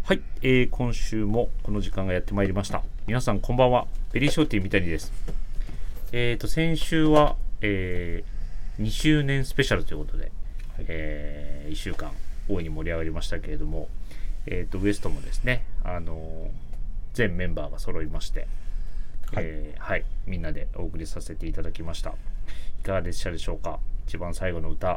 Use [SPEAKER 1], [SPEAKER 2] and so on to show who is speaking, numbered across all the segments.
[SPEAKER 1] はい、今週もこの時間がやってまいりました。皆さんこんばんは。ベリーショーティー三谷です。先週は、2周年スペシャルということで、はい、1週間大いに盛り上がりましたけれども、ウエストもですね、全メンバーが揃いまして、はい、みんなでお送りさせていただきました。いかがでしたでしょうか。一番最後の歌、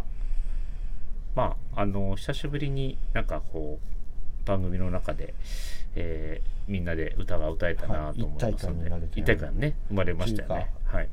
[SPEAKER 1] 久しぶりになんかこう番組の中で、みんなで歌が歌えたなと思いますので、一体感ね生まれましたよね。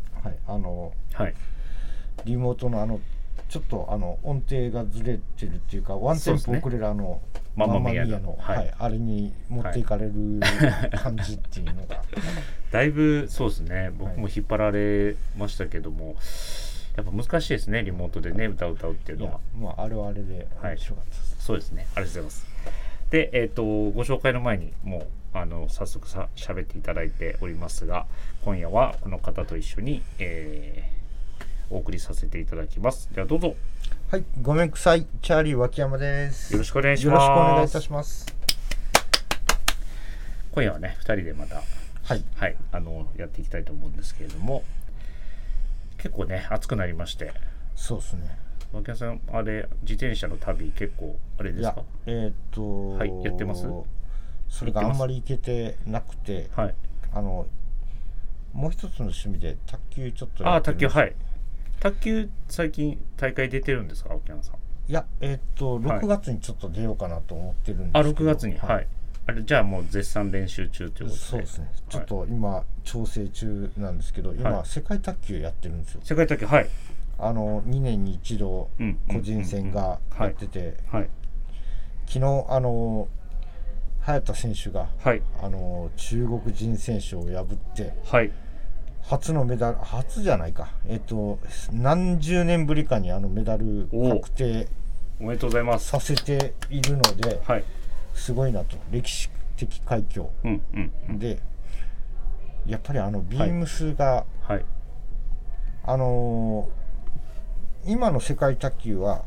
[SPEAKER 2] リモートのちょっと音程がずれてるっていうか、ワンテンポ遅れるママミヤの、あれに持っていかれる感じっていうのが、
[SPEAKER 1] だいぶそうですね。僕も引っ張られましたけども、やっぱ難しいですね、リモートでね、歌を歌うっていうのは。
[SPEAKER 2] あれはあれで面白かったです。
[SPEAKER 1] そうですね、ありがとうございます。で、ご紹介の前にもう早速喋っていただいておりますが、今夜はこの方と一緒に、お送りさせていただきます。ではどうぞ。
[SPEAKER 2] はい、ごめんくさい、チャーリー脇山です。
[SPEAKER 1] よろしくお願いします。
[SPEAKER 2] よろしくお願いいたします。
[SPEAKER 1] 今夜はね、2人でまた、やっていきたいと思うんですけれども、結構ね、暑くなりまして。
[SPEAKER 2] そうですね。
[SPEAKER 1] 脇山さん、あれ、自転車の旅結構あれですか？
[SPEAKER 2] や
[SPEAKER 1] ってます？
[SPEAKER 2] それがあんまり行けてなくて、もう一つの趣味で卓球ちょっとやってるんです。
[SPEAKER 1] 卓球最近大会出てるんですか、沖山さん？
[SPEAKER 2] いや、6月にちょっと出ようかなと思ってるんですけど。
[SPEAKER 1] 6月に、あれじゃあもう絶賛練習中ということで。
[SPEAKER 2] そうですね。ちょっと今調整中なんですけど、今世界卓球やってるんですよ。
[SPEAKER 1] 世界卓球、
[SPEAKER 2] 2年に一度個人戦がやってて、昨日早田選手が、中国人選手を破って、初のメダル、初じゃないか、何十年ぶりかにメダル確定
[SPEAKER 1] おめでとうございます
[SPEAKER 2] させているので、すごいなと。歴史的快挙、で、やっぱりビームスが、今の世界卓球は、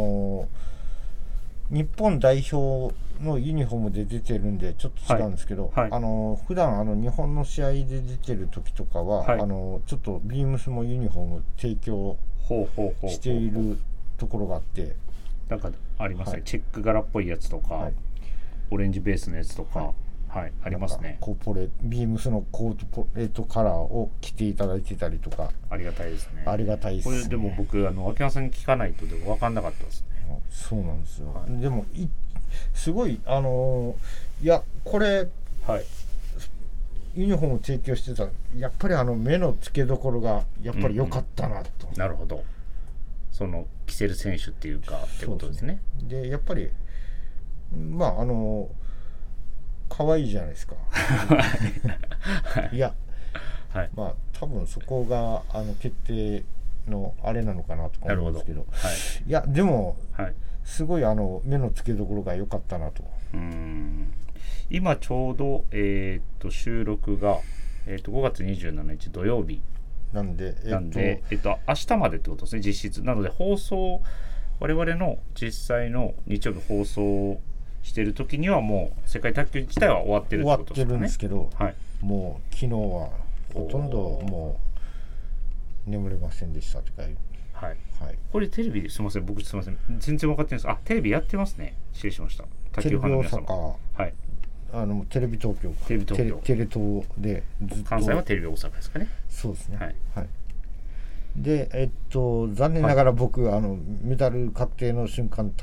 [SPEAKER 2] 日本代表のユニフォームで出てるんでちょっと違うんですけど、普段日本の試合で出てる時とかは、ちょっとビームスもユニフォーム提供しているところがあって、
[SPEAKER 1] なんかありますね、チェック柄っぽいやつとか、オレンジベースのやつとか、ありますね。
[SPEAKER 2] ビームスのコーポレートカラーを着ていただいてたりとか、
[SPEAKER 1] ありがたいですね。
[SPEAKER 2] ありがたいですね。
[SPEAKER 1] これでも僕脇山さんに聞かないとでも分かんなかったですね。
[SPEAKER 2] そうなんですよ。でもすごいいやこれ、ユニフォーム提供してた、やっぱり目の付けどころがやっぱり良かったなと。
[SPEAKER 1] なるほど。その着せる選手っていうかってことですね。
[SPEAKER 2] でやっぱり可愛いじゃないですか。いや、多分そこが決定のあれなのかなとか思うんですけど、いやでも、すごい目の付けどころが良かったなと。
[SPEAKER 1] 今ちょうど、収録が、5月27日土曜日
[SPEAKER 2] なんで、
[SPEAKER 1] 明日までってことですね、実質。なので放送、我々の実際の日曜日放送してる時にはもう世界卓球自体は終わってるってことですかね。
[SPEAKER 2] 終わってるんですけど、もう昨日はほとんどもう眠れませんでしたとか。
[SPEAKER 1] これテレビですみません、僕すみません、全然分かってないです。テレビやってますね。失礼しました。
[SPEAKER 2] テレビ大阪、テレビ東京、テレ東で
[SPEAKER 1] ずっと。関西はテレビ大阪ですかね。
[SPEAKER 2] そうですね。で残念ながら僕、メダル確定の瞬間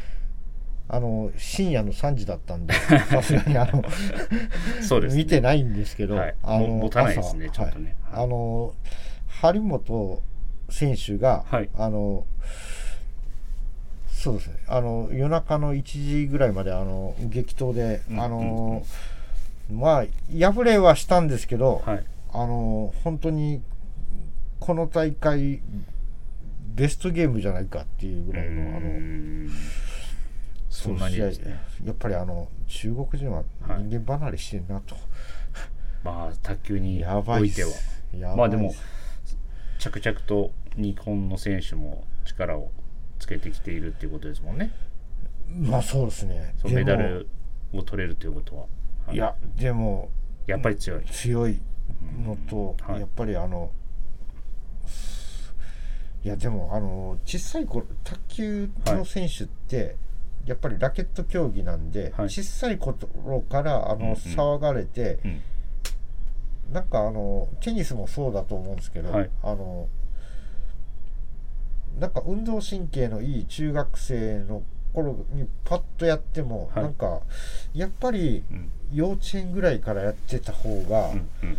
[SPEAKER 2] 深夜の3時だったんでさすがに
[SPEAKER 1] そうです、ね、
[SPEAKER 2] 見てないんですけど、
[SPEAKER 1] 持たないですね、ちょっとね。
[SPEAKER 2] 張本選手が、そうですね、夜中の1時ぐらいまで激闘で、敗れはしたんですけど、本当にこの大会ベストゲームじゃないかっていうぐらいの
[SPEAKER 1] そんなにですね。
[SPEAKER 2] やっぱり中国人は人間離れしてるなと。
[SPEAKER 1] 卓球においてはでも着々と日本の選手も力をつけてきているっていうことですもんね。
[SPEAKER 2] そうですね。
[SPEAKER 1] メダルを取れるということは、
[SPEAKER 2] いやでも
[SPEAKER 1] やっぱり強い
[SPEAKER 2] のと、やっぱりいやでも小さい頃卓球の選手って、やっぱりラケット競技なんで、小さい頃から騒がれて、なんかテニスもそうだと思うんですけど、なんか運動神経のいい中学生の頃にパッとやっても、なんかやっぱり幼稚園ぐらいからやってた方が、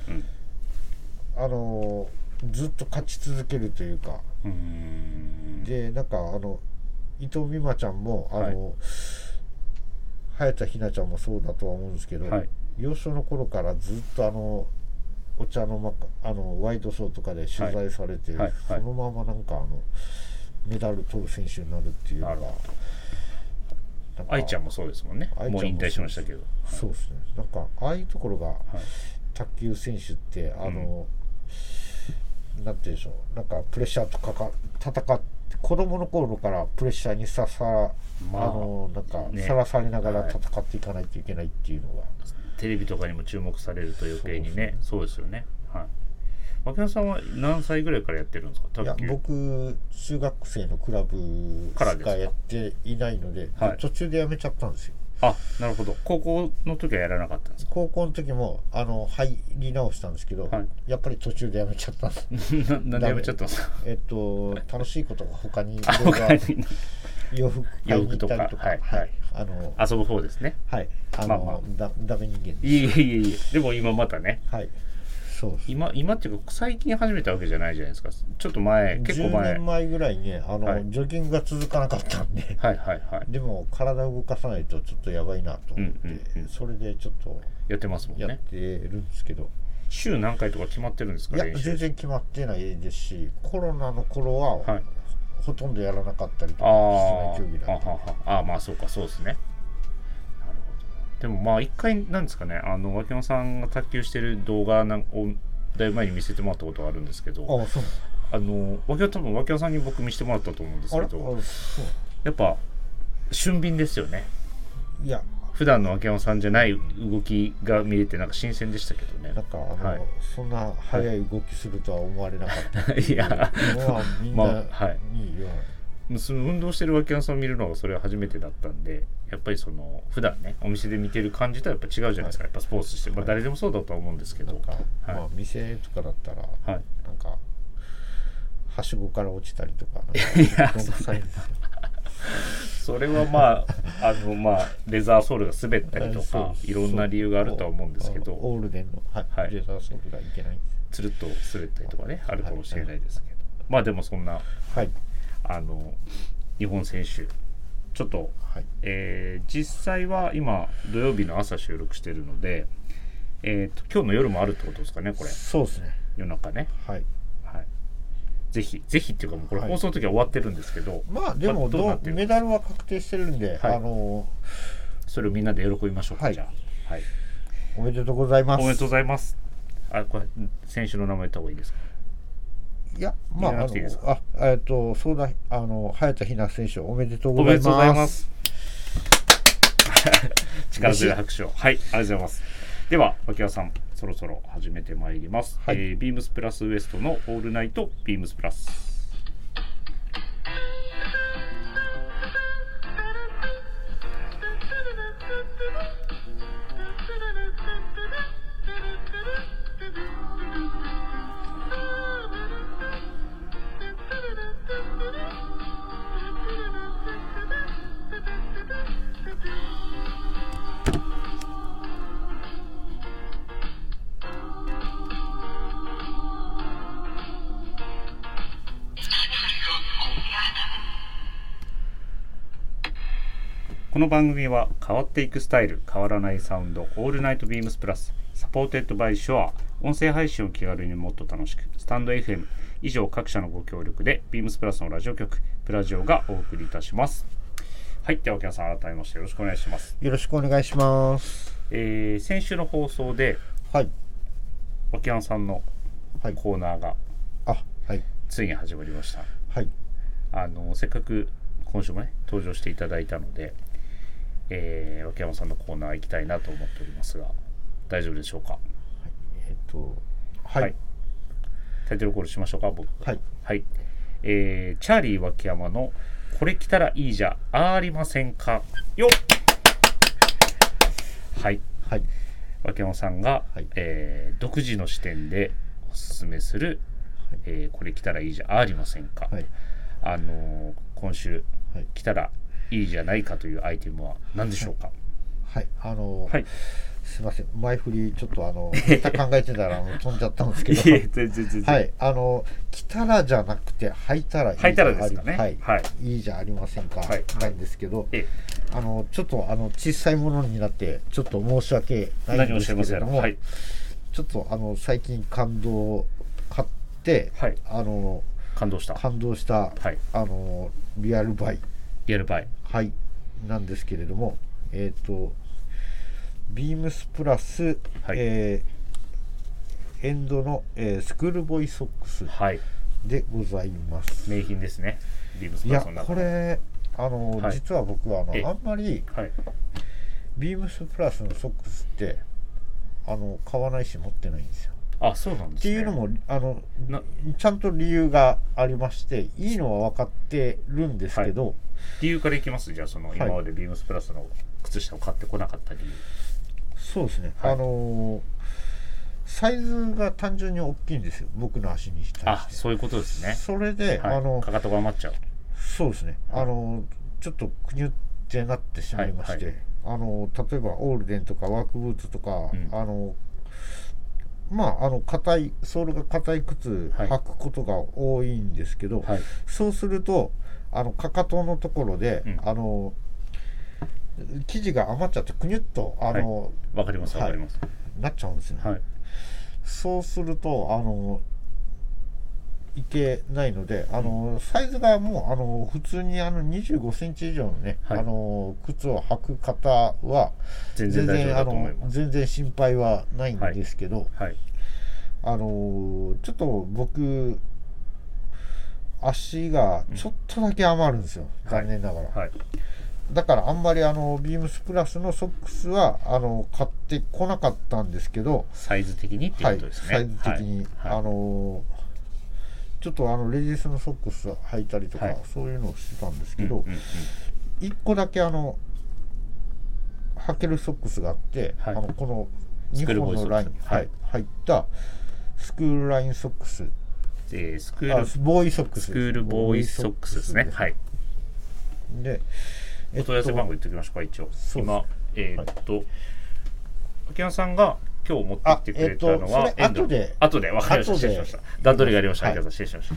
[SPEAKER 2] ずっと勝ち続けるというか、でなんか伊藤美誠ちゃんも早田ひなちゃんもそうだとは思うんですけど、幼少の頃からずっとお茶のワイドショーとかで取材されて、そのままなんかメダル取る選手になるっていうのが、
[SPEAKER 1] 愛ちゃんもそうですもんね。もう引退しましたけど。
[SPEAKER 2] そうですね。なんかああいうところが卓球選手ってなんていうんでしょう、なんかプレッシャーと戦って子供の頃からプレッシャーになんかさらされながら戦っていかないといけないっていうのが、
[SPEAKER 1] テレビとかにも注目されると余計にね。そうですよね。牧野さんは何歳ぐらいからやってるんですか？
[SPEAKER 2] いや僕中学生のクラブしかやっていないので、途中でやめちゃったんですよ。
[SPEAKER 1] あ、なるほど。高校の時はやらなかったんですか？
[SPEAKER 2] 高校の時も入り直したんですけど、やっぱり途中でやめちゃったんです。
[SPEAKER 1] なんでやめちゃったんですか？
[SPEAKER 2] 楽しいことが他にいろいろ洋服買いに行ったりとか、
[SPEAKER 1] 遊ぶ方ですね。
[SPEAKER 2] ダメ人間です。
[SPEAKER 1] いえでも今またね。
[SPEAKER 2] そうです。
[SPEAKER 1] 今っていうか最近始めたわけじゃないじゃないですか。ちょっと前、結構前。
[SPEAKER 2] 10年前ぐらいにジョギングが続かなかったんで、でも体を動かさないとちょっとやばいなと思って、それでちょっと
[SPEAKER 1] やってますもんね。
[SPEAKER 2] やってるんですけど、
[SPEAKER 1] 週何回とか決まってるんですか？
[SPEAKER 2] いや全然決まってないですし、コロナの頃は、ほとんどやらなかったりとか室内競技だった。
[SPEAKER 1] まあそうか、そうですね。でもまあ一回なんですかね、脇野さんが卓球してる動画をだいぶ前に見せてもらったことがあるんですけど、多分脇野さんに僕見せてもらったと思うんですけど、やっぱ俊敏ですよね。
[SPEAKER 2] いや
[SPEAKER 1] 普段の脇野さんじゃない動きが見れてなんか新鮮でしたけどね。
[SPEAKER 2] なんかそんな速い動きするとは思われなかった。
[SPEAKER 1] いや
[SPEAKER 2] みんなに
[SPEAKER 1] その運動してる脇野さんを見るのがそれは初めてだったんで、やっぱりその普段ねお店で見てる感じとはやっぱ違うじゃないですか。やっぱスポーツして、誰でもそうだとは思うんですけど、
[SPEAKER 2] 店とかだったらなんかはしごから落ちたりとか、
[SPEAKER 1] それはまあレザーソールが滑ったりとかいろんな理由があるとは思うんですけど、
[SPEAKER 2] オールデンのレザーソールがいけない、
[SPEAKER 1] つるっと滑ったりとかねあるかもしれないですけど、まあでもそんな日本選手ちょっと、実際は今土曜日の朝収録してるので、今日の夜もあるってことですかね、これ。
[SPEAKER 2] そうですね。
[SPEAKER 1] 夜中ね。ぜひっていうかもうこれ放送の時は終わってるんですけど、
[SPEAKER 2] でもメダルは確定してるんで、
[SPEAKER 1] それをみんなで喜びましょうか。じゃあ、
[SPEAKER 2] おめでとうございます。
[SPEAKER 1] おめでとうございます。これ選手の名前言った方がいいですか？
[SPEAKER 2] いやそうだ、早田ひな選手おめでとうございます。おめでとうございます。
[SPEAKER 1] 力強い拍手を。ありがとうございます。では脇野さんそろそろ始めてまいります。ビームスプラスウエストのオールナイトビームスプラス。この番組は変わっていくスタイル、変わらないサウンド、オールナイトビームスプラス、サポーテッドバイショア、音声配信を気軽にもっと楽しく、スタンド FM、以上各社のご協力で、ビームスプラスのラジオ局、プラジオがお送りいたします。はい、では脇野さん改めましてよろしくお願いします。
[SPEAKER 2] よろしくお願いします。
[SPEAKER 1] 先週の放送で、脇野さんのコーナーが、ついに始まりました。せっかく今週もね登場していただいたので、 脇山さんのコーナー行きたいなと思っておりますが、大丈夫でしょうか。
[SPEAKER 2] はい、
[SPEAKER 1] タイトルコールしましょうか。僕
[SPEAKER 2] はい、
[SPEAKER 1] はい、チャーリー脇山のこれ着たらいいじゃありませんかよっ。はい、
[SPEAKER 2] はい、
[SPEAKER 1] 脇山さんが、
[SPEAKER 2] はい、
[SPEAKER 1] 独自の視点でおすすめする、これ着たらいいじゃありませんか、
[SPEAKER 2] はい、
[SPEAKER 1] 今週、着たらいいじゃないかというアイテムは何でしょうか。
[SPEAKER 2] はい、はい、すいません、前振りちょっと考えてたら飛んじゃったんですけどはい、着たらじゃなくて履いたらいいじゃ
[SPEAKER 1] ですかね。
[SPEAKER 2] はい、いいじゃありませんか、なんですけど、ちょっと小さいものになってちょっと申し訳ないんですけれども、ちょっと最近買って、感動した、リアルバイ、はい、なんですけれども、ビームスプラス、エンドの、スクールボーイソックスでございます。
[SPEAKER 1] 名品ですね、ビームスプラスの中。
[SPEAKER 2] これ実は僕はあんまり、ビームスプラスのソックスって買わないし持ってないんですよ。
[SPEAKER 1] あ、そうなんですね。
[SPEAKER 2] っていうのもちゃんと理由がありまして、いいのは分かってるんですけど、
[SPEAKER 1] 理由からいきます。じゃあ今までビームスプラスの靴下を買ってこなかった理由。
[SPEAKER 2] そうですね、サイズが単純に大きいんですよ、僕の足に対して。
[SPEAKER 1] そういうことですね。
[SPEAKER 2] それで、
[SPEAKER 1] かかとが余っちゃう。
[SPEAKER 2] そうですね、ちょっとくにゅってなってしまいまして、例えばオールデンとかワークブーツとか、硬いソールが硬い靴履くことが多いんですけど、そうするとかかとのところで、生地が余っちゃってくにゅっと
[SPEAKER 1] わかります、
[SPEAKER 2] なっちゃうんですよ、そうするといけないので、サイズがもう普通に25センチ以上のね、靴を履く方は全然心配はないんですけど、ちょっと僕足がちょっとだけ余るんですよ、残念ながら。だからあんまりビームスプラスのソックスは買ってこなかったんですけど、
[SPEAKER 1] サイズ的にっていうことですね。
[SPEAKER 2] サイズ的に、ちょっとレディースのソックス履いたりとか、そういうのをしてたんですけど、1個だけ履けるソックスがあって、この2本のライン入ったスクールラインソックス、
[SPEAKER 1] スクールボーイソックスですね。で、お問い合わせ番号言っておきましょうか。一応今秋山さんが今日持ってきてくれたのは後で分かりました。失礼しました。段取りがありました。失礼しました。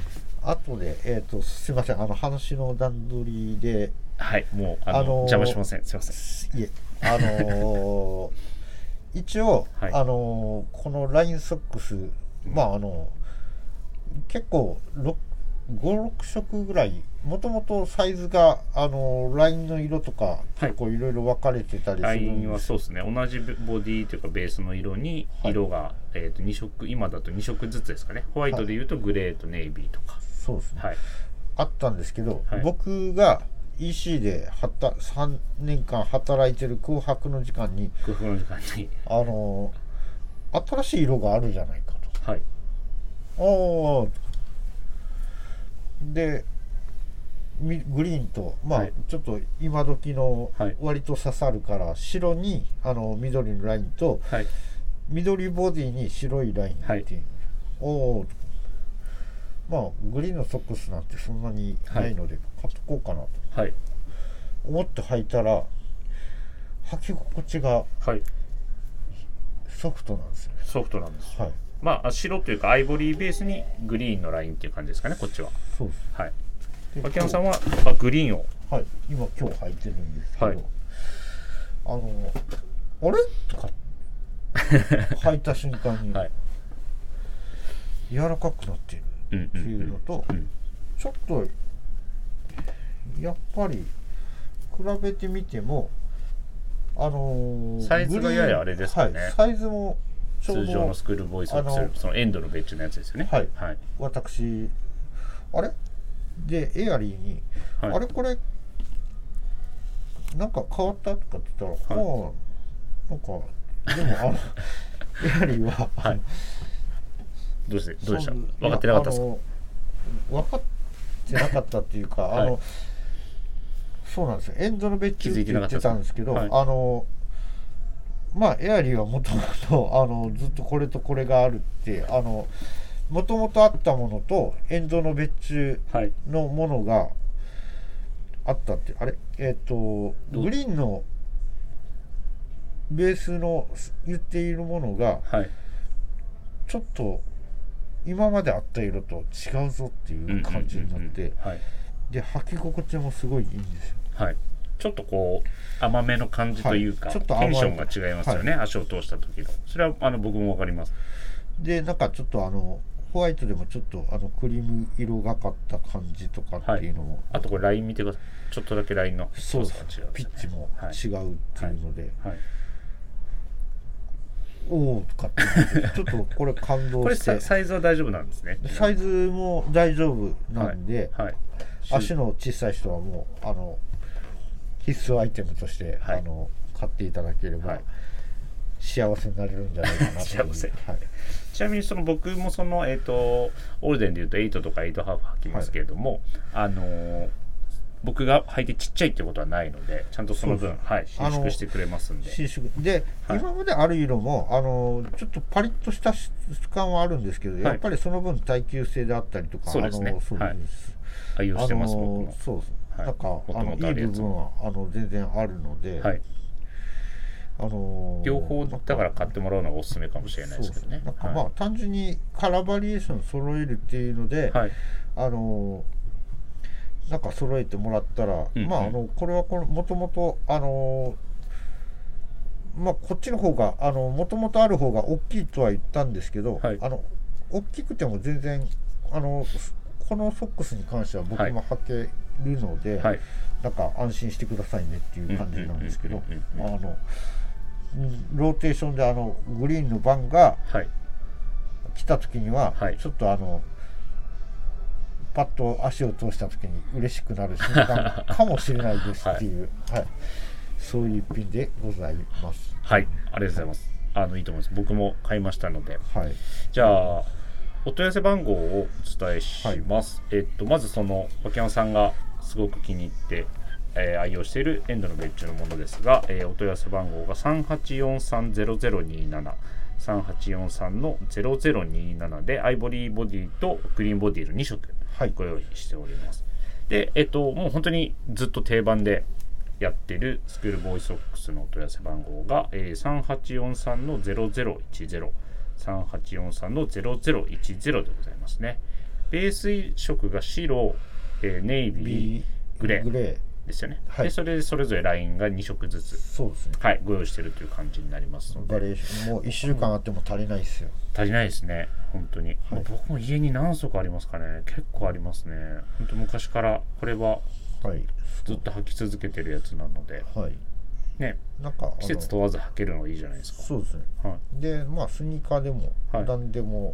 [SPEAKER 1] 後ですいません、話の段取りで、
[SPEAKER 2] もう
[SPEAKER 1] 邪魔しません。すいません。
[SPEAKER 2] いえ、一応このラインソックス、結構5、6色ぐらい、もともとサイズがラインの色とか結構いろいろ分かれてたりするんです。
[SPEAKER 1] ラインはそうですね、同じボディというかベースの色に色が、2色、今だと2色ずつですかね。ホワイトでいうとグレーとネイビーとか、
[SPEAKER 2] そうですね、あったんですけど、僕が EC で3年間働いてる空白の時間に新しい色があるじゃないかと。でグリーンと、ちょっと今時の割と刺さるから白に緑のラインと、緑ボディに白いラインっていう、グリーンのソックスなんてそんなにないので買っとこうかなと思って履いたら、履き心地がソフトなんですよね。
[SPEAKER 1] ソフトなんです。白というかアイボリーベースにグリーンのラインっていう感じですかね、こっちは。
[SPEAKER 2] そうです。
[SPEAKER 1] 秋山さんはグリーンを、
[SPEAKER 2] 今日履いてるんですけど、あれとか履いた瞬間に柔らかくなっているっていうのと、ちょっとやっぱり比べてみても
[SPEAKER 1] サイズがややあれですかね。
[SPEAKER 2] サイズも
[SPEAKER 1] 通常のスクールボーイソックス、そのエンドの別注のやつですよね。
[SPEAKER 2] 私でエアリーに、これなんか変わったとかって言ったら、はい、なんかでもエアリーは、
[SPEAKER 1] はい、どうでした分かってなかったですか？
[SPEAKER 2] 分かってなかったっていうか、はい、そうなんですよ。エンドの別注って言ってたんですけど、はい、まあエアリーはもともとずっとこれとこれがあるってもともとあったものとエンドの別注のものがあったって、あれグリーンのベースの言っているものが、はい、ちょっと今まであった色と違うぞっていう感じになって、で履き心地もすごいいいんですよ。
[SPEAKER 1] はい、ちょっとこう甘めの感じというか、はい、ちょっとテンションが違いますよね、はい、足を通した時の。それは僕も分かります。
[SPEAKER 2] でなんかちょっとホワイトでもちょっとクリーム色がかった感じとかっていうのも、はい、
[SPEAKER 1] あとこれライン見てください。ちょっとだけラインの
[SPEAKER 2] そうです、ピッチも違うっていうので、はいはいはい、おおとかってちょっとこれ感動して
[SPEAKER 1] これサイズは大丈夫なんですね。
[SPEAKER 2] サイズも大丈夫なんで、はいはい、足の小さい人はもう必須アイテムとして、はい、買っていただければ、はい、幸せになれるんじゃないかなと
[SPEAKER 1] 幸せ、はい、ちなみに僕もオールデンでいうと8とか8ハーフ履きますけれども、はい、僕が履いてちっちゃいってことはないのでちゃんとその分、はい、伸縮してくれますんで。
[SPEAKER 2] 伸縮で、はい、今まである色もちょっとパリッとした質感はあるんですけど、はい、やっぱりその分耐久性であったりとか、
[SPEAKER 1] そうですね、
[SPEAKER 2] そうです、はい、
[SPEAKER 1] 愛用してます。僕も
[SPEAKER 2] そうです、はい、なんかいい部分は全然あるので、はい、
[SPEAKER 1] 両方だから買ってもらうのがおすすめかもしれないですけどね。
[SPEAKER 2] なんかまあ、単純にカラーバリエーション揃えるっていうので、はい、なんか揃えてもらったら、うんうん、まあこれはもともとまあこっちの方がもともとある方が大きいとは言ったんですけど、はい、大きくても全然このソックスに関しては僕も履けるので、はい、なんか安心してくださいねっていう感じなんですけど、ローテーションでグリーンの番が来た時には、はい、ちょっとパッと足を通した時に嬉しくなる瞬間かもしれないですっていう、はいはい、そういう一品でございます。
[SPEAKER 1] はい、ありがとうございます。いいと思います。僕も買いましたので、はい、じゃあお問い合わせ番号をお伝えします。はい、まず脇山さんがすごく気に入って、愛用しているエンドの別注のものですが、お問い合わせ番号が 3843-0027 3843-0027 でアイボリーボディとグリーンボディの2色ご用意しております。で、もう本当にずっと定番でやってるスクールボーイソックスのお問い合わせ番号が、3843-0010 3843-0010でございますね。ベース色が白、ネイビー、グレーですよね。はい、でそれぞれラインが2色ずつ、
[SPEAKER 2] そうですね、
[SPEAKER 1] はい、ご用意しているという感じになりますので、
[SPEAKER 2] バリエーションもう1週間あっても足りないですよ。
[SPEAKER 1] 足りないですね、本当に。はい、僕も家に何足ありますかね。結構ありますね。本当昔からこれはずっと履き続けてるやつなので、はいね、なんか季節問わず履けるのがいいじゃないですか。
[SPEAKER 2] そうですね、はい、でまあスニーカーでも何でも、はい、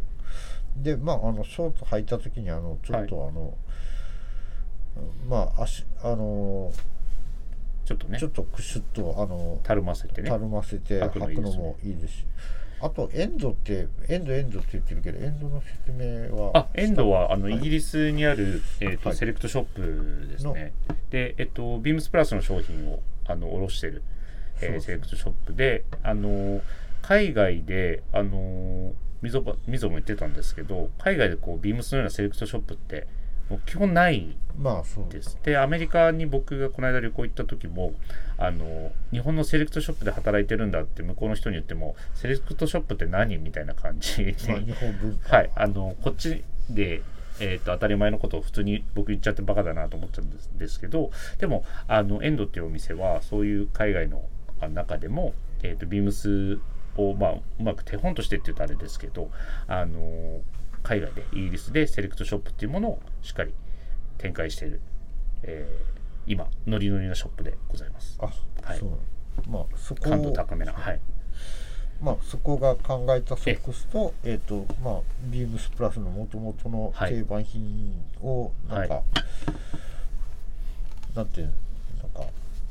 [SPEAKER 2] でまあショート履いた時にちょっとはい、まあ足ちょっとね、ちょっとクシュッと
[SPEAKER 1] たるませてね、
[SPEAKER 2] 履くのもいいですし、あとエンドって言ってるけど、エンドの説明は
[SPEAKER 1] エンドはイギリスにある、はい、セレクトショップですね。でビームスプラスの商品を卸してる、セレクトショップで海外でみぞも言ってたんですけど、海外でビームスのようなセレクトショップってもう基本ないです。でアメリカに僕がこの間旅行行った時も日本のセレクトショップで働いてるんだって向こうの人に言っても、セレクトショップって何みたいな感じで、
[SPEAKER 2] まあ、日本文化、
[SPEAKER 1] はい、こっちで、当たり前のことを普通に僕言っちゃってバカだなと思っちゃうんですけど、でもエンドっていうお店はそういう海外の中でも、ビームスを、まあ、うまく手本としてって言うとあれですけど、海外でイギリスでセレクトショップっていうものをしっかり展開している、今ノリノリなショップでございます。
[SPEAKER 2] はい、そう、まあ、そこ
[SPEAKER 1] 感度高めな、はい、
[SPEAKER 2] まあ、そこが考えたソックスと、まあ、ビームスプラスの元々の定番品をなんか、はい、なんていうなんか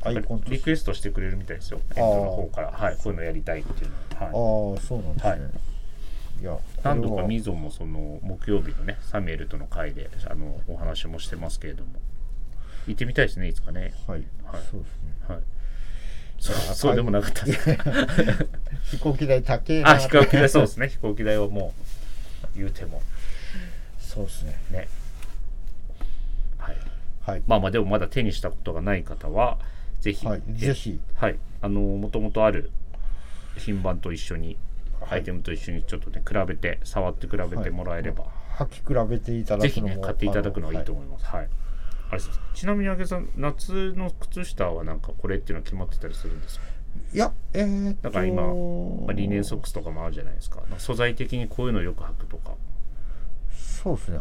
[SPEAKER 2] アイコンと
[SPEAKER 1] リクエストしてくれるみたいですよ、エンドの方から、はい、こういうのやりたいっていうの
[SPEAKER 2] は、ああそうなんですね、はい、
[SPEAKER 1] いや何度かみぞもその木曜日のねサミュエルとの会でお話もしてますけれども、行ってみたいですね、いつかね。
[SPEAKER 2] はい、はい、そうですね、はい、
[SPEAKER 1] そうでもなかったです
[SPEAKER 2] 飛行機代高えな。
[SPEAKER 1] 飛行機代、そうですね、飛行機代はもう言うても
[SPEAKER 2] そうですね。
[SPEAKER 1] はい、
[SPEAKER 2] はい、
[SPEAKER 1] まあでもまだ手にしたことがない方はぜひ、
[SPEAKER 2] はい、ぜひ、
[SPEAKER 1] はい、もともとある品番と一緒に、アイテムと一緒にちょっとね比べて触って比べてもらえれば、
[SPEAKER 2] 履き比べていただくのも
[SPEAKER 1] ぜひね買っていただくのはいいと思います。はい、あれちなみにあげさん、夏の靴下はなんかこれっていうのは決まってたりするんですか？
[SPEAKER 2] いや、
[SPEAKER 1] だから今、リネンソックスとかもあるじゃないですか。素材的にこういうのをよく履くとか。
[SPEAKER 2] そうですね、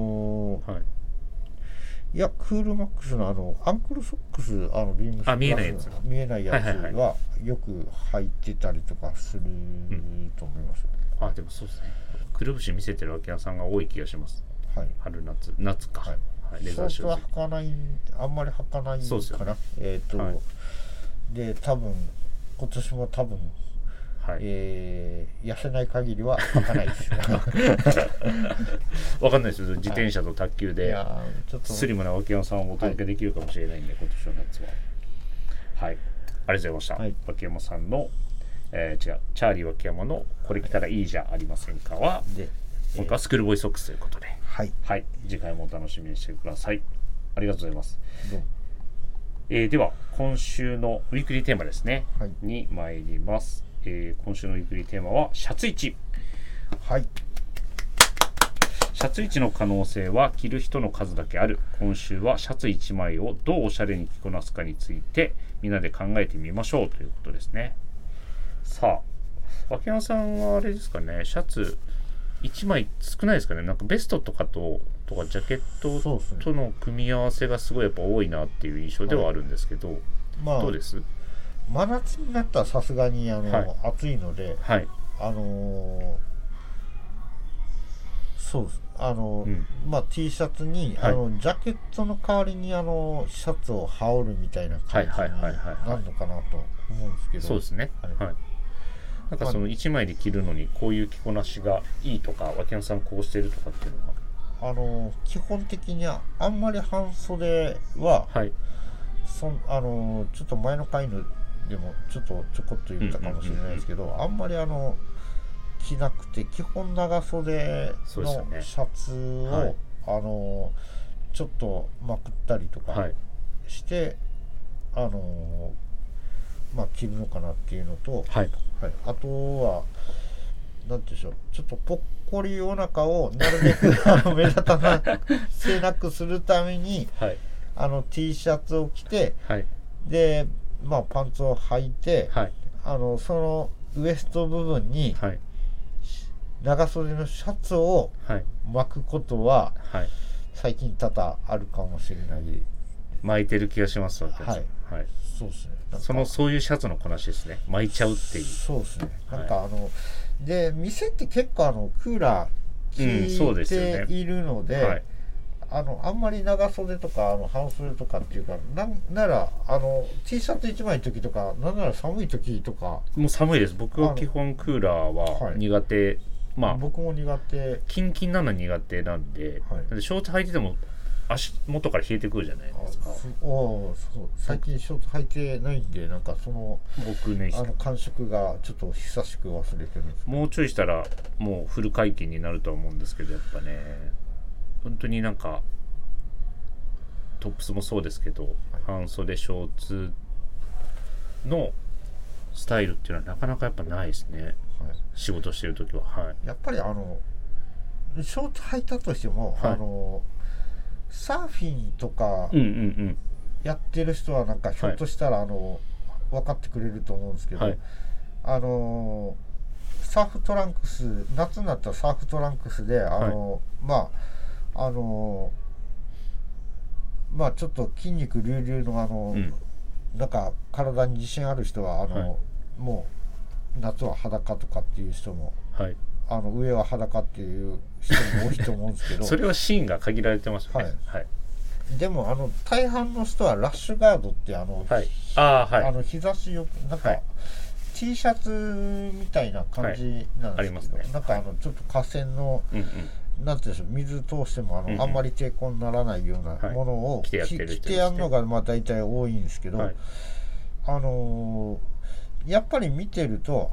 [SPEAKER 2] いや、クールマックスのアンクルソックス、ビームスプラス
[SPEAKER 1] 見えないやつ、
[SPEAKER 2] 見えないやつはよく履いてたりとかすると思います。
[SPEAKER 1] でもそうですね、くるぶし見せてる脇屋さんが多い気がします。
[SPEAKER 2] はい、
[SPEAKER 1] 春夏か、はい、
[SPEAKER 2] レザーシューズは履かない、あんまり履かないかな。で多分今年も多分、痩せない限りは履かないです
[SPEAKER 1] わかんないですよ、自転車と卓球でスリムな脇山さんをお届けできるかもしれないんで、今年の夏は。はい、ありがとうございました。脇山さんの、チャーリー脇山のこれ着たらいいじゃありませんかは、今回はスクールボーイソックスということで、次回もお楽しみにしてください。ありがとうございます。では今週のウィークリーテーマですね、に参ります。今週のウィークリーテーマはシャツ市。
[SPEAKER 2] はい、
[SPEAKER 1] シャツ市の可能性は着る人の数だけある。今週はシャツ1枚をどうおしゃれに着こなすかについてみんなで考えてみましょうということですね。さあ、脇山さんはあれですかね、シャツ1枚少ないですかね。なんかベストとかジャケットとの組み合わせがすごいやっぱ多いなっていう印象ではあるんですけど、どうです？
[SPEAKER 2] 真夏になったらさすがに暑いので、そうです。T シャツに、ジャケットの代わりにシャツを羽織るみたいな感じになるのかなと思うんですけど。
[SPEAKER 1] そうですね。なんかその1枚で着るのにこういう着こなしがいいとか、脇山さんこうしてるとかっていうのは、
[SPEAKER 2] 基本的にはあんまり半袖は、ちょっと前の回のでもちょこっと言ったかもしれないですけど、あんまり着なくて、基本長袖のシャツを、ちょっとまくったりとかして、着るのかなっていうのと、あとはなんていうんでしょう、ちょっとぽっこりお腹をなるべく目立たなせなくするために、T シャツを着て、でパンツを履いて、そのウエスト部分に長袖のシャツを巻くことは最近多々あるかもしれない。
[SPEAKER 1] 巻いてる気がしますわけです。
[SPEAKER 2] そうですね。
[SPEAKER 1] そういうシャツのこなしですね。巻いちゃうっていう。
[SPEAKER 2] そうですね。なんかで店って結構クーラー効いているので、あんまり長袖とか半袖とかっていうか、ならT シャツ1枚の時とか、なんなら寒い時とか。
[SPEAKER 1] もう寒いです。僕は基本クーラーは苦手。
[SPEAKER 2] 僕も苦手。
[SPEAKER 1] キンキンなの苦手なんで、ショーツ履いてても足元から冷えてくるじゃないですか。
[SPEAKER 2] 最近ショーツ履いてないんで、なんか
[SPEAKER 1] 僕ね、
[SPEAKER 2] 感触がちょっと久しく忘れてるんです。
[SPEAKER 1] もうちょいしたらもうフル解禁になるとは思うんですけど、やっぱね、本当になんかトップスもそうですけど、半袖ショーツのスタイルっていうのはなかなかやっぱないですね、仕事してる時は。
[SPEAKER 2] やっぱりショーツ履いたとしても、サーフィンとかやってる人はなんかひょっとしたら分かってくれると思うんですけど、サーフトランクス、夏になったらサーフトランクスでちょっと筋肉隆々のなんか体に自信ある人はもう夏は裸とかっていう人も、上は裸っていう人も多いと思うんですけど
[SPEAKER 1] それはシーンが限られてますよね。
[SPEAKER 2] でも大半の人はラッシュガードって日差しよなんか、T シャツみたいな感じなんですけど、なんかちょっと河川の、なんていうんでしょう、水通してもあんまり抵抗にならないようなものを着てやるのが大体多いんですけど、やっぱり見てると、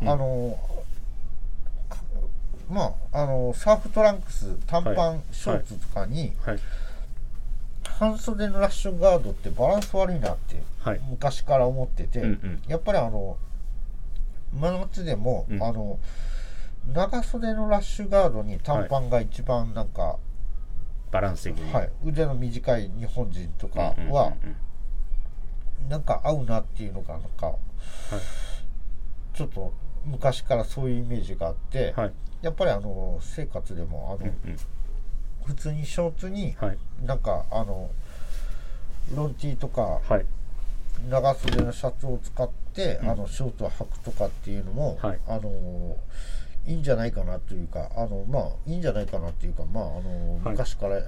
[SPEAKER 2] サーフトランクス短パンショーツとかに、半袖のラッシュガードってバランス悪いなって昔から思ってて、やっぱり真夏でも、長袖のラッシュガードに短パンが一番なんか、
[SPEAKER 1] バランス的に、
[SPEAKER 2] 腕の短い日本人とかは、なんか合うなっていうのがなんか、ちょっと昔からそういうイメージがあって、やっぱり生活でも普通にショーツに、なんかロンティーとか、長袖のシャツを使って、ショーツを履くとかっていうのも、いいんじゃないかなというか、いいんじゃないかなっていうか、昔から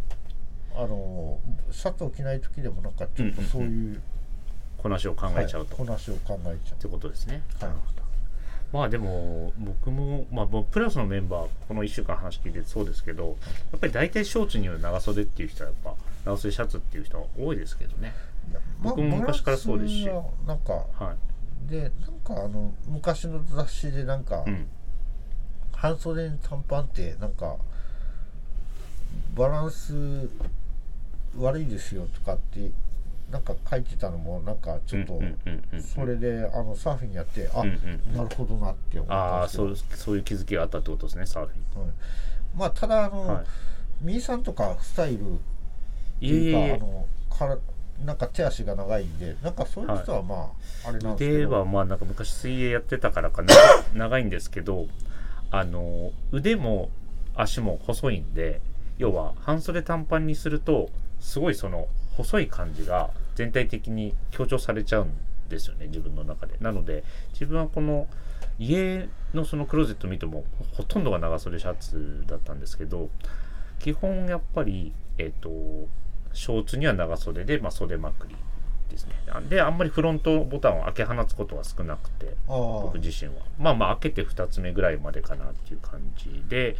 [SPEAKER 2] シャツを着ない時でもなんかちょっとそういう、
[SPEAKER 1] こなしを考えちゃうと、
[SPEAKER 2] こなしを考えちゃう
[SPEAKER 1] ってことですね。でも僕も、プラスのメンバーこの1週間話聞いてそうですけど、やっぱり大体ショーツには長袖っていう人はやっぱ長袖シャツっていう人は多いですけどね。僕も昔からそうですし、
[SPEAKER 2] なんか、でなんか昔の雑誌でなんか、半袖に短パンってなんかバランス悪いですよとかってなんか書いてたのもなんかちょっとそれでサーフィンやってなるほどなって思ったんですけど、
[SPEAKER 1] そういう気づきがあったってことですね、サーフィン。
[SPEAKER 2] ただミーさんとかスタイルっていうかなんか手足が長いんで、なんかそういう人はあれなんですけど、
[SPEAKER 1] 腕はなんか昔水泳やってたからか長いんですけど、腕も足も細いんで、要は半袖短パンにするとすごいその細い感じが全体的に強調されちゃうんですよね、自分の中で。なので自分はこの家のそのクローゼット見てもほとんどが長袖シャツだったんですけど、基本やっぱりショーツには長袖で、袖まくりですね。であんまりフロントボタンを開け放つことは少なくて、僕自身は開けて2つ目ぐらいまでかなっていう感じで、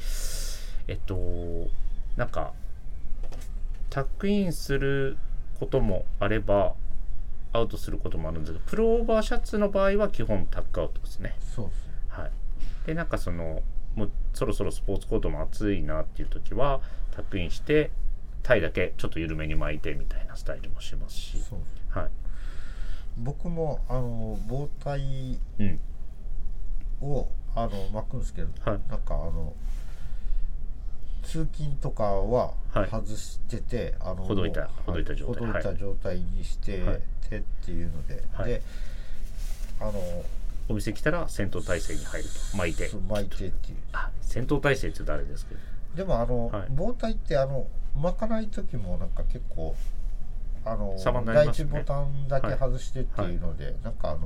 [SPEAKER 1] なんかタックインすることもあればアウトすることもあるんですけど、プロオーバーシャツの場合は基本タックアウトですね。
[SPEAKER 2] そうですね。
[SPEAKER 1] でなんかもうそろそろスポーツコートも暑いなっていう時はタックインしてタイだけちょっと緩めに巻いてみたいなスタイルもしますし、
[SPEAKER 2] 僕も防体を巻くんですけど、なんか通勤とかは外してて、
[SPEAKER 1] ほどいた
[SPEAKER 2] 状態にしててっていうので、で
[SPEAKER 1] お店来たら戦闘態勢に入ると巻いて
[SPEAKER 2] っていう、
[SPEAKER 1] 戦闘態勢って言うとあれですけど、
[SPEAKER 2] でも防体って巻かない時もなんか結構第一ボタンだけ外してっていうので、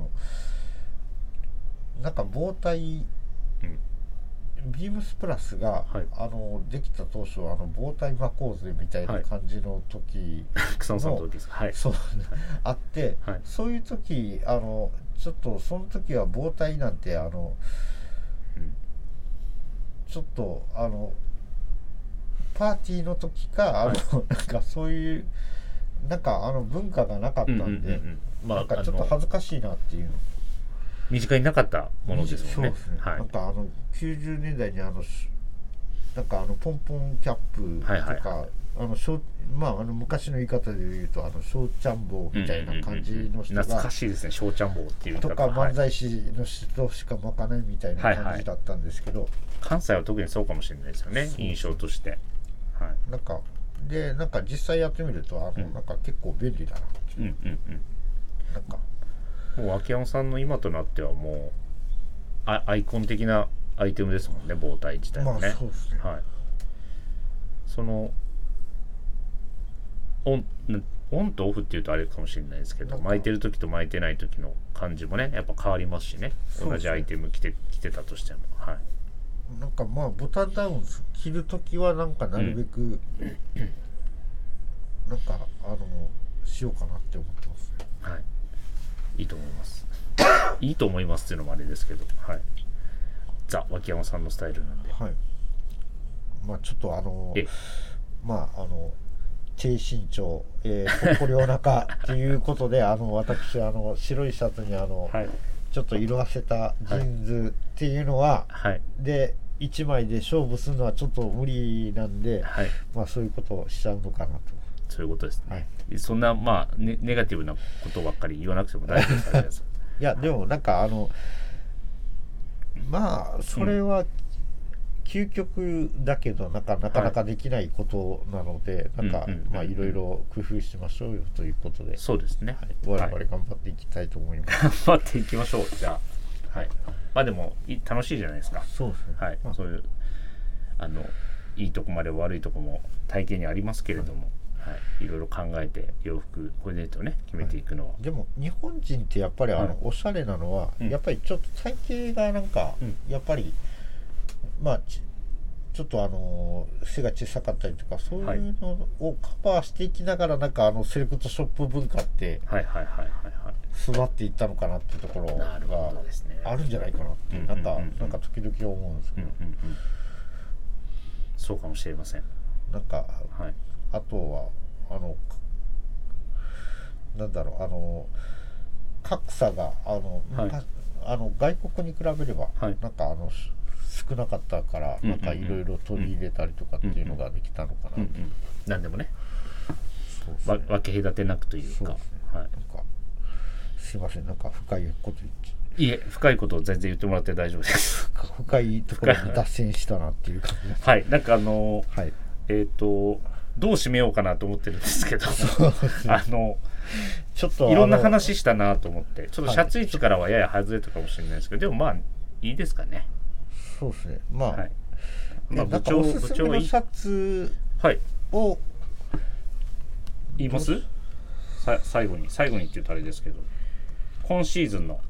[SPEAKER 2] なんか防体、ビームスプラスが、できた当初は防体巻こうぜみたいな感じの時
[SPEAKER 1] 草野さんの時ですか、
[SPEAKER 2] そうあって、そういう時ちょっとその時は防体なんてちょっとパーティーの時かなんかそういうなんか文化がなかったんで、なんかちょっと恥ずかしいなっていうの。
[SPEAKER 1] 身近になかったものですもんね。
[SPEAKER 2] そうですね。なんか90年代になんかポンポンキャップとか昔の言い方で言うとショーちゃん坊みたいな感じの人が、
[SPEAKER 1] 懐かしいですね、ショーちゃん坊っていう
[SPEAKER 2] とか漫才師の人しか巻かないみたいな感じだったんですけど、
[SPEAKER 1] 関西は特にそうかもしれないですよね、印象として。
[SPEAKER 2] なんか実際やってみるとなんか結構便利だなっていう。なんか
[SPEAKER 1] もう秋山さんの今となってはもうアイコン的なアイテムですもんね、防体自体もね。
[SPEAKER 2] そうですね。
[SPEAKER 1] そのオンとオフっていうとあれかもしれないですけど、巻いてる時と巻いてない時の感じもねやっぱ変わりますしね、同じアイテム着てたとしても。
[SPEAKER 2] なんかボタンダウン着るときはなんかなるべく、 なんかしようかなって思ってますね。
[SPEAKER 1] はい、いいと思いますいいと思いますっていうのもあれですけど、はい、ザ・脇山さんのスタイルなんで、
[SPEAKER 2] はい、まあちょっとまあ低身長、ぽっこりお腹っていうことで私白いシャツにはい、ちょっと色あせたジーンズっていうのは、はい、で1枚で勝負するのはちょっと無理なんで、はい、まあそういうことをしちゃうのかなと。
[SPEAKER 1] そういうことですね、はい、そんなまあ ネガティブなことばっかり言わなくても大丈夫ですからね
[SPEAKER 2] いやでもなんかまあそれは究極だけどなかなかできないことなので、はい、なんかまあいろいろ工夫しましょうよということで、
[SPEAKER 1] そうですね、
[SPEAKER 2] はい、我々頑張っていきたいと思います、
[SPEAKER 1] 頑張っていきましょう。じゃあ、はい、まあでも楽しいじゃないですか。
[SPEAKER 2] そうですね、
[SPEAKER 1] はい、そういういいとこまで悪いとこも体型にありますけれども、はい、いろいろ考えて洋服コーディネートをね決めていくのは、
[SPEAKER 2] はい、でも日本人ってやっぱりおしゃれなのは、やっぱりちょっと体型がなんか、やっぱりまあちょっと背が小さかったりとかそういうのをカバーしていきながらなんかセレクトショップ文化って育っていったのかなっていうところがあるんじゃないかなってなんか時々思うんですけど、
[SPEAKER 1] そうかもしれません。
[SPEAKER 2] なんか、はい、あとはなんだろう格差が外国に比べれば、はい、なんか少なかったからなんかいろいろ取り入れたりとかっていうのができたのかな、
[SPEAKER 1] なんでもね、分け隔てなくというか、はい、
[SPEAKER 2] なんかすいません、なんか深いこと言って、
[SPEAKER 1] いえ、深いことを全然言ってもらって大丈夫です。
[SPEAKER 2] 深いところに脱線したなっていう感じです。
[SPEAKER 1] はい、なんかはい、どう締めようかなと思ってるんですけど、ちょっといろんな話したなと思って、ちょっとシャツ位置からはやや外れたかもしれないですけど、でもまあいいですかね。
[SPEAKER 2] そうですね。まあ、はい、
[SPEAKER 1] まあ
[SPEAKER 2] 部長のシャツを
[SPEAKER 1] 言います？最後にって言うとあれですけど、今シーズンの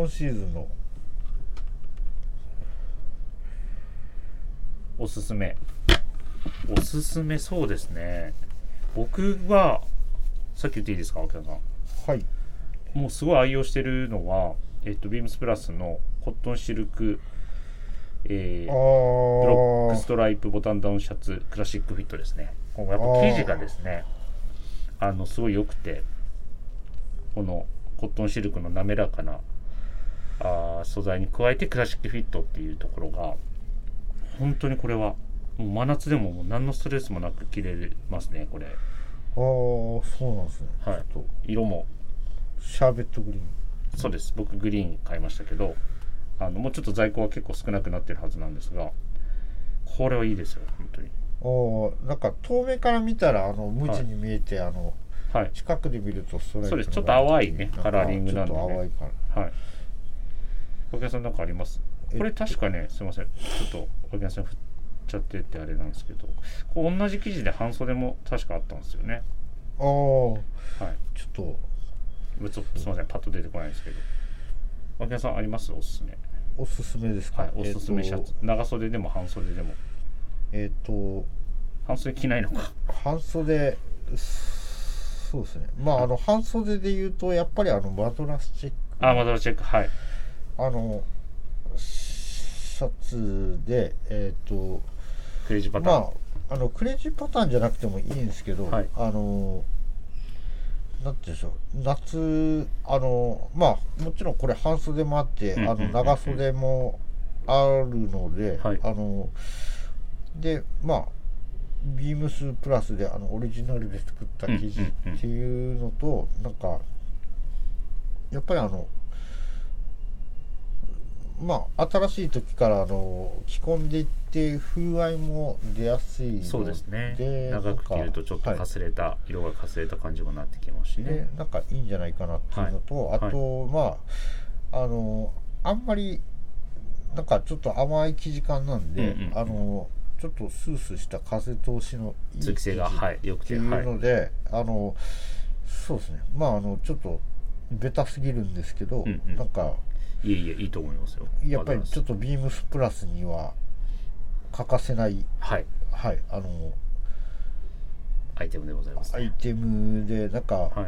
[SPEAKER 1] おすすめそうですね。僕はさっき言っていいですか、秋田さん。
[SPEAKER 2] はい。
[SPEAKER 1] もうすごい愛用してるのはビームスプラスのコットンシルクブロックストライプボタンダウンシャツクラシックフィットですね。やっぱ生地がですねすごい良くて、このコットンシルクの滑らかな素材に加えてクラシックフィットっていうところが本当にこれはもう真夏でももう何のストレスもなく着れますね。これ
[SPEAKER 2] そうなんですね。
[SPEAKER 1] はい、色も
[SPEAKER 2] シャーベットグリーン。
[SPEAKER 1] そうです。僕グリーン買いましたけどもうちょっと在庫は結構少なくなってるはずなんですが、これはいいですよ本当に。
[SPEAKER 2] なんか遠目から見たら無地に見えて、はい、近くで見るとストライプの、
[SPEAKER 1] そうです。ちょっと淡いねカラーリングなんで、ね、
[SPEAKER 2] ちょっと淡いから、
[SPEAKER 1] はい。お客さんなんかあります？これ確かね、すいません、ちょっとお客さん振っちゃってってあれなんですけど、こう同じ生地で半袖も確かあったんですよね。
[SPEAKER 2] はい。
[SPEAKER 1] ちょっとすいません、パッと出てこないですけど、お客さんあります？おすすめ。
[SPEAKER 2] おすすめですか？
[SPEAKER 1] はい、おすすめシャツ、長袖でも半袖でも。半袖着ないのか。
[SPEAKER 2] 半袖、そうですね。まあ半袖で言うとやっぱりマドラスチェック。
[SPEAKER 1] マドラスチェック、はい。
[SPEAKER 2] シャツで
[SPEAKER 1] クレイジーパターン。
[SPEAKER 2] クレイジーパターンじゃなくてもいいんですけど、はい、なんて言うんでしょう、夏まあもちろんこれ半袖もあって、長袖もあるので、はい、でまあビームスプラスでオリジナルで作った生地っていうのと、なんかやっぱりまあ新しい時から着込んでいって風合いも出やすいので、
[SPEAKER 1] そうですね、長く着るとちょっとかすれた、はい、色がかすれた感じもなってきますしね、
[SPEAKER 2] でなんかいいんじゃないかなっていうのと、はい、あと、はい、まああんまりなんかちょっと甘い生地感なんで、ちょっとスースーした風通しのいい
[SPEAKER 1] 通気性が、はい、良くて
[SPEAKER 2] っていうので、はい、そうですね、まあちょっとベタすぎるんですけど、なんか
[SPEAKER 1] いいと思いますよ。
[SPEAKER 2] やっぱりちょっとビームスプラスには欠かせない、
[SPEAKER 1] はい、
[SPEAKER 2] はい、
[SPEAKER 1] アイテムでございます、
[SPEAKER 2] ね、アイテムでなんか、はい、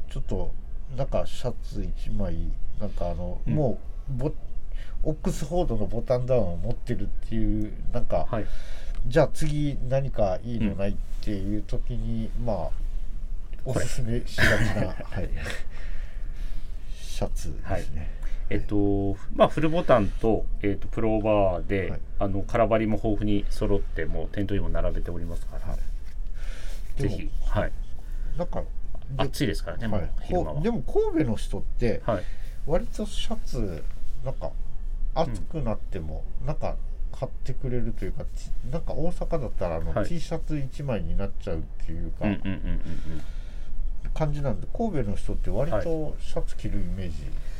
[SPEAKER 2] ちょっとなんかシャツ1枚なんかもうオックスフォードのボタンダウンを持ってるっていうなんか、はい、じゃあ次何かいいのないっていう時に、まあおすすめしがちな、はい、シャツですね。
[SPEAKER 1] まあ、フルボタンと、プローバーで、はい、空張りも豊富に揃ってもう店頭にも並べておりますから、はい、ぜひ、はい、
[SPEAKER 2] なんか
[SPEAKER 1] 暑いですからね、
[SPEAKER 2] はい、昼間は。でも神戸の人って、はい、割とシャツなんか暑くなってもなんか買ってくれるというか、なんか大阪だったらはい、T シャツ1枚になっちゃうっていうか感じなんで、神戸の人って割とシャツ着るイメージ、はい、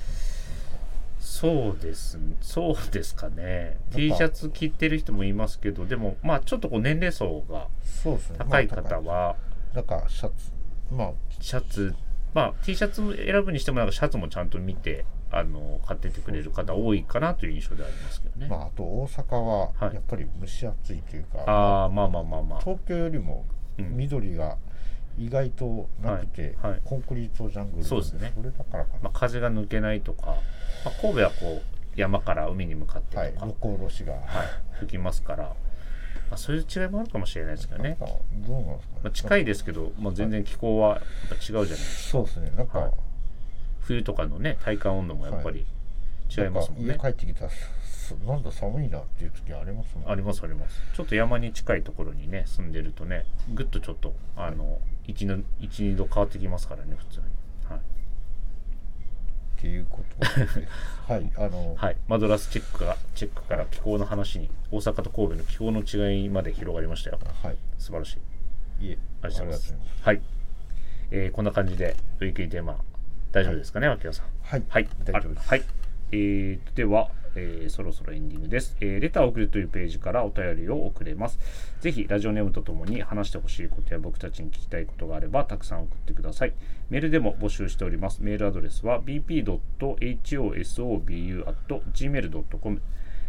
[SPEAKER 1] そうですかね。 T シャツ着てる人もいますけど、でもまあちょっとこう年齢層が高い方は
[SPEAKER 2] なんかシャ
[SPEAKER 1] ツまあ T シャツ選ぶにしてもなんかシャツもちゃんと見て買っててくれる方多いかなという印象でありますけどね。
[SPEAKER 2] まあ、あと大阪はやっぱり蒸し暑いというか、
[SPEAKER 1] はい、まあ
[SPEAKER 2] 東京よりも緑が意外となくて、はいはい、コンクリートジャングル、
[SPEAKER 1] そうですね、
[SPEAKER 2] それだからかな、
[SPEAKER 1] まあ、風が抜けないとか、まあ、神戸はこう山から海に向かってとか、はい、
[SPEAKER 2] 露光下ろしが、はい、
[SPEAKER 1] 吹きますから、まあ、そういう違いもあるかもしれないですけどね。
[SPEAKER 2] どうなんですかね、
[SPEAKER 1] まあ、近いですけど、まあ、全然気候はやっぱ違うじゃないですか。
[SPEAKER 2] そうですね、なんか、はい、
[SPEAKER 1] 冬とかのね体感温度もやっぱり違いますもんね。
[SPEAKER 2] 家帰ってきたらなんだ寒いなっていう時ありますもんね。
[SPEAKER 1] あります。ちょっと山に近いところにね住んでるとね、ぐっとちょっと1、2度変わってきますからね、普通に。はい。
[SPEAKER 2] っていうことです。はい、
[SPEAKER 1] はい、マドラスチェックから気候の話に、大阪と神戸の気候の違いまで広がりましたよ。
[SPEAKER 2] はい。
[SPEAKER 1] 素晴らしい。
[SPEAKER 2] いえ、
[SPEAKER 1] ありがとうございます。はい。こんな感じでウィークリーテーマ大丈夫ですかね、脇尾さん。
[SPEAKER 2] はい。はい。大丈夫です。
[SPEAKER 1] はい。では、そろそろエンディングです。レターを送るというページからお便りを送れます。ぜひラジオネームとともに話してほしいことや僕たちに聞きたいことがあればたくさん送ってください。メールでも募集しております。メールアドレスは bp.hosobu@gmail.com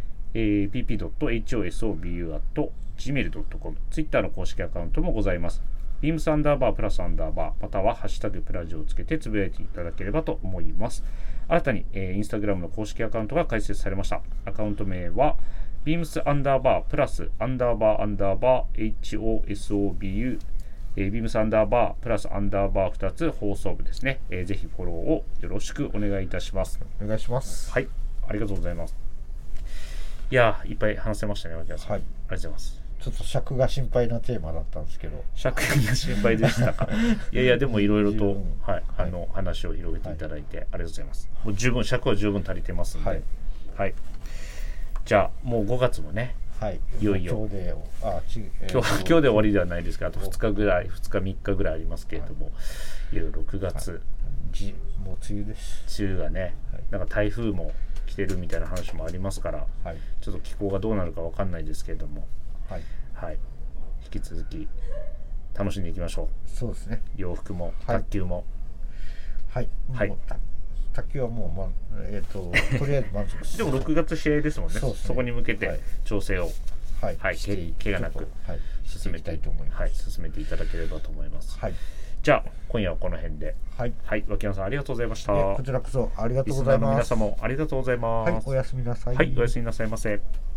[SPEAKER 1] bp.hosobu@gmail.com ツイッターの公式アカウントもございます。beams_+_ またはハッシュタグプラジオをつけてつぶやいていただければと思います。新たに、インスタグラムの公式アカウントが開設されました。アカウント名は beams_+_hosobu beams_+_2 つ放送部ですね。ぜひフォローをよろしくお願いいたします。
[SPEAKER 2] お願いします。
[SPEAKER 1] はい、ありがとうございます。いやいっぱい話せましたね、脇田さん。はい、ありがとうございます。
[SPEAKER 2] ちょっと尺が心配なテーマだったんですけど。
[SPEAKER 1] 尺が心配でしたか。いやでもいろいろと、はい、話を広げていただいて、ありがとうございます。もう尺は十分足りてますんで、はいはい、じゃあもう5月もね、
[SPEAKER 2] はい、
[SPEAKER 1] いよいよ今日で終わりではないですが、あと2日3日ぐらいありますけれども、いよいよ6月、
[SPEAKER 2] はい、もう梅雨です。
[SPEAKER 1] 梅雨がね、なんか台風も来てるみたいな話もありますから、はい、ちょっと気候がどうなるか分かんないですけれども、はいはい、引き続き楽しんでいきましょう。
[SPEAKER 2] そうですね。
[SPEAKER 1] 洋服も卓球も、
[SPEAKER 2] はいはい、卓球はもう、とりあえず満足して
[SPEAKER 1] でも6月試合ですもんね。 そこに向けて調整を、はいはい、怪我なく進めていきたいと思います。はい、進めていただければと思います。はい、じゃあ今夜はこの辺で、はいはい、脇山さんありがとうございました。
[SPEAKER 2] こちらこそありがとうございます。
[SPEAKER 1] リスナーの皆様もありがとうございます。
[SPEAKER 2] はい、おやすみなさい。
[SPEAKER 1] はい、おやすみなさいませ。